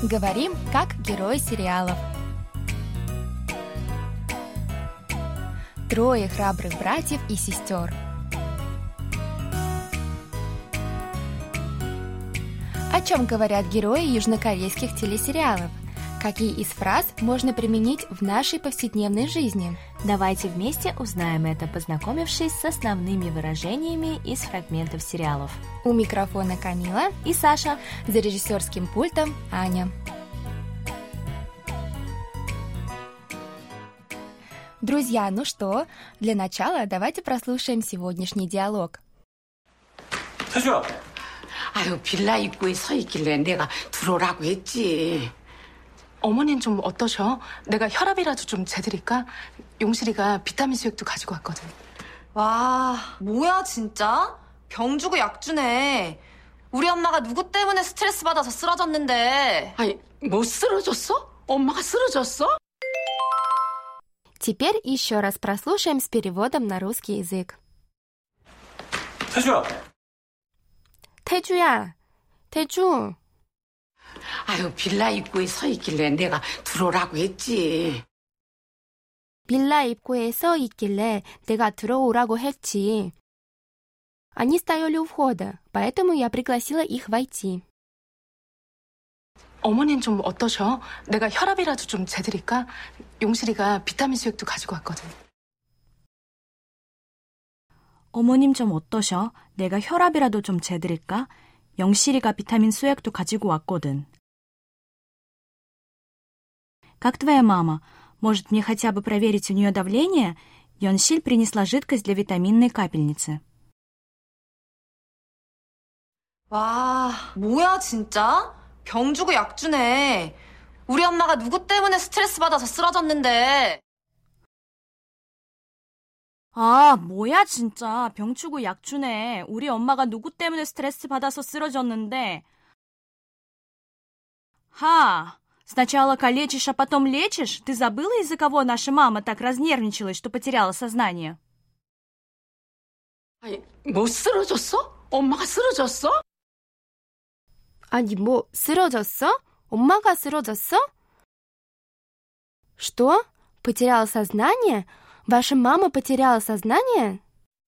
Говорим, как герои сериалов. Трое храбрых братьев и сестер. О чем говорят герои южнокорейских телесериалов? Какие из фраз можно применить в нашей повседневной жизни? Давайте вместе узнаем это, познакомившись с основными выражениями из фрагментов сериалов. У микрофона Камила и Саша. За режиссерским пультом Аня. Друзья, ну что, для начала давайте прослушаем сегодняшний диалог. 태주야! 아유, 빌라 입구에 서 있길래 내가 들어오라고 했지. 어머니는 좀 어떠셔? 내가 혈압이라도 좀 재드릴까? 용실이가 비타민 수액도 가지고 왔거든. 와, 뭐야 진짜? 병 주고 약 주네. 우리 엄마가 누구 때문에 스트레스 받아서 쓰러졌는데. 아니, 뭐 쓰러졌어? 엄마가 쓰러졌어? Теперь еще раз прослушаем с переводом на русский язык. 태주야! 태주야, 태주. 아유, 빌라 입구에 서 있길래 내가 들어오라고 했지. 빌라 입구에 서 있길래 내가 들어오라고 했지. Они стояли у входа, поэтому я пригласила их войти. 어머니는 좀 어떠셔? 내가 혈압이라도 좀 재드릴까? 용실이가 비타민 수액도 가지고 왔거든. 어머님 좀 어떠셔? 내가 혈압이라도 좀 재드릴까? 영실이가 비타민 수액도 가지고 왔거든. Как твоя мама? Может, мне хотя бы проверить у нее давление? Йонсиль принесла жидкость для витаминной капельницы. 와, 뭐야 진짜? 병 주고 약 주네. 우리 엄마가 누구 때문에 스트레스 받아서 쓰러졌는데. 아, 뭐야 진짜. 병 주고 약 주네. 우리 엄마가 누구 때문에 스트레스 받아서 쓰러졌는데. Ха! Сначала калечишь, а потом лечишь? Ты забыла, из-за кого наша мама так разнервничалась, что потеряла сознание? 아니, 뭐 쓰러졌어? 엄마가 쓰러졌어? 아니, 뭐 쓰러졌어? 엄마가 쓰러졌어? Что? Потеряла сознание? Ваша мама потеряла сознание?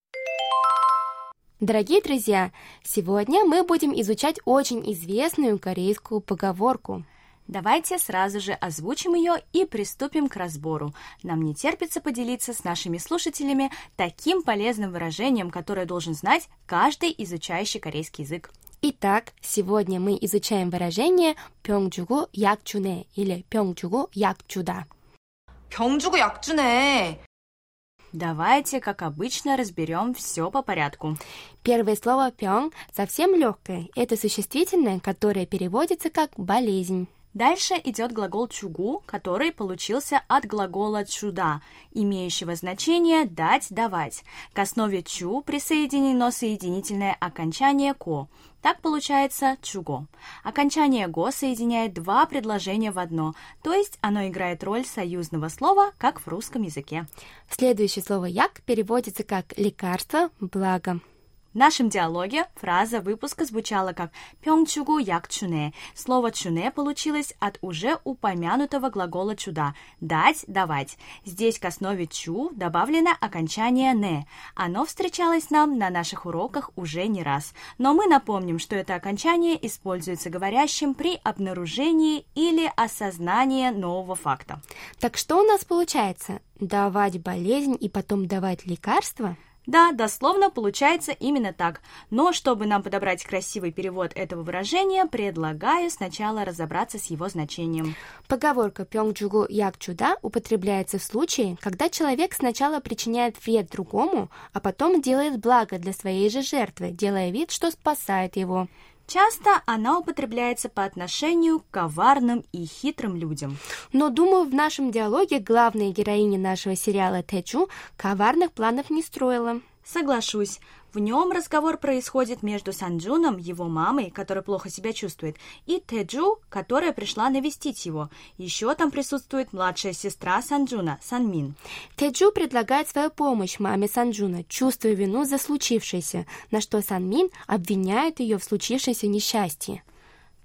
Дорогие друзья, сегодня мы будем изучать очень известную корейскую поговорку. Давайте сразу же озвучим ее и приступим к разбору. Нам не терпится поделиться с нашими слушателями таким полезным выражением, которое должен знать каждый изучающий корейский язык. Итак, сегодня мы изучаем выражение 병 주고 약 주네 или 병 주고 약 주다. 병 주고 약 주네. Давайте, как обычно, разберем все по порядку. Первое слово «пёng» совсем легкое. Это существительное, которое переводится как «болезнь». Дальше идет глагол «чугу», который получился от глагола «чуда», имеющего значение «дать», «давать». К основе «чу» присоединено соединительное окончание «ко». Так получается «чуго». Окончание «го» соединяет два предложения в одно, то есть оно играет роль союзного слова, как в русском языке. Следующее слово «як» переводится как «лекарство», «благо». В нашем диалоге фраза выпуска звучала как «пёнгчугу як чуне». Слово «чуне» получилось от уже упомянутого глагола «чуда» – «дать», «давать». Здесь к основе «чу» добавлено окончание «не». Оно встречалось нам на наших уроках уже не раз. Но мы напомним, что это окончание используется говорящим при обнаружении или осознании нового факта. Так что у нас получается? Давать болезнь и потом давать лекарство? Да, дословно получается именно так. Но чтобы нам подобрать красивый перевод этого выражения, предлагаю сначала разобраться с его значением. Поговорка «пёng 주고 약 주다» употребляется в случае, когда человек сначала причиняет вред другому, а потом делает благо для своей же жертвы, делая вид, что спасает его. Часто она употребляется по отношению к коварным и хитрым людям. Но, думаю, в нашем диалоге главная героиня нашего сериала Тэчу коварных планов не строила. Соглашусь. В нем разговор происходит между Санджуном, его мамой, которая плохо себя чувствует, и Тэджу, которая пришла навестить его. Еще там присутствует младшая сестра Санджуна, Санмин. Тэджу предлагает свою помощь маме Санджуна, чувствуя вину за случившееся, на что Санмин обвиняет ее в случившемся несчастье.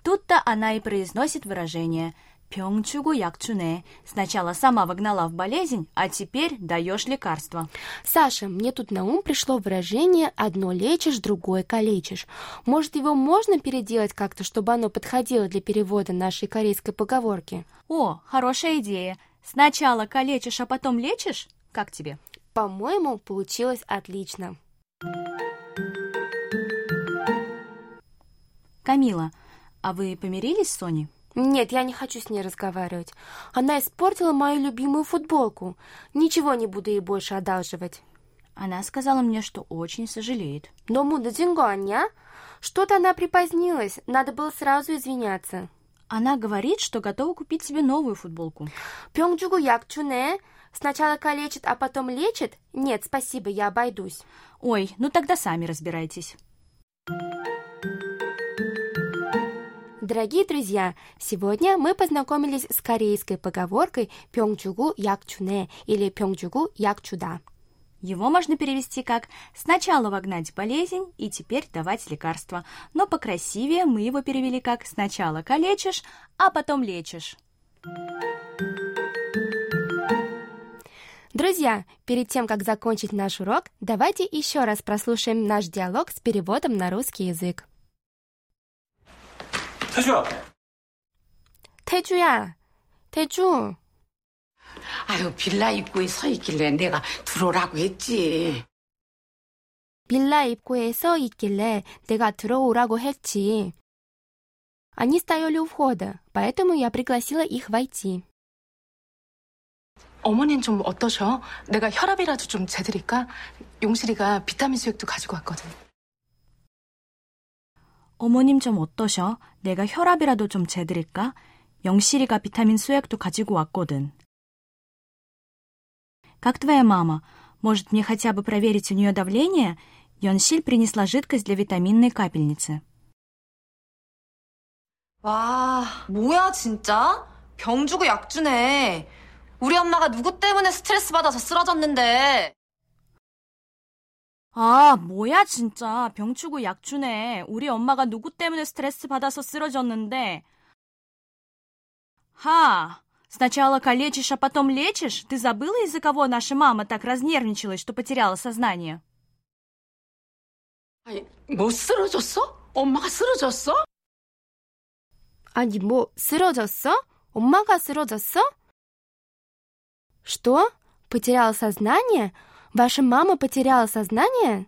Тут-то она и произносит выражение «병 주고 약 주네». Сначала сама вогнала в болезнь, а теперь даешь лекарство. Саша, мне тут на ум пришло выражение «одно лечишь, другое калечишь». Может, его можно переделать как-то, чтобы оно подходило для перевода нашей корейской поговорки? О, хорошая идея. Сначала калечишь, а потом лечишь? Как тебе? По-моему, получилось отлично. Камила, а вы помирились с Соней? Нет, я не хочу с ней разговаривать. Она испортила мою любимую футболку. Ничего не буду ей больше одалживать. Она сказала мне, что очень сожалеет. 너무 늦은 거 아니야? Что-то она припозднилась. Надо было сразу извиняться. Она говорит, что готова купить себе новую футболку. 병 주고 약 주네. Сначала калечит, а потом лечит? Нет, спасибо, я обойдусь. Ой, ну тогда сами разбирайтесь. Дорогие друзья, сегодня мы познакомились с корейской поговоркой «병 주고 약 주네» или «병 주고 약 주다». Его можно перевести как «сначала вогнать болезнь и теперь давать лекарства». Но покрасивее мы его перевели как «сначала калечишь, а потом лечишь». Друзья, перед тем, как закончить наш урок, давайте еще раз прослушаем наш диалог с переводом на русский язык. 태주야! 태주야, 태주. 아유, 빌라 입구에 서 있길래 내가 들어오라고 했지. 빌라 입구에 서 있길래 내가 들어오라고 했지. Они стояли у входа, поэтому я пригласила их войти. 어머니는 좀 어떠셔? 내가 혈압이라도 좀 재드릴까? 용실이가 비타민 수액도 가지고 왔거든. 어머님 좀 어떠셔? 내가 혈압이라도 좀 재드릴까? 영실이가 비타민 수액도 가지고 왔거든. Как твоя мама? Может, мне хотя бы проверить у нее давление? Йоншиль принесла жидкость для витаминной капельницы. 와, 뭐야 진짜? 병 주고 약 주네. 우리 엄마가 누구 때문에 스트레스 받아서 쓰러졌는데. 아, 뭐야 진짜. 병 주고 약 주네. 우리 엄마가 누구 때문에 스트ресс 받아서 쓰러졌는데. Сначала калечишь, а потом лечишь? Ты забыла, из-за кого наша мама так разнервничалась, что потеряла сознание? 아니, 뭐 쓰러졌어? 엄마가 쓰러졌어? 아니, 뭐 쓰러졌어? 엄마가 쓰러졌어? Что? Потеряла сознание? Ваша мама потеряла сознание?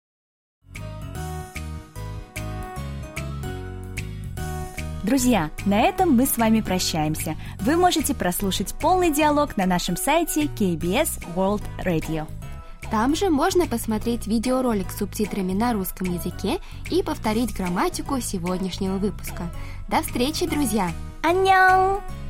Друзья, на этом мы с вами прощаемся. Вы можете прослушать полный диалог на нашем сайте KBS World Radio. Там же можно посмотреть видеоролик с субтитрами на русском языке и повторить грамматику сегодняшнего выпуска. До встречи, друзья! 안녕!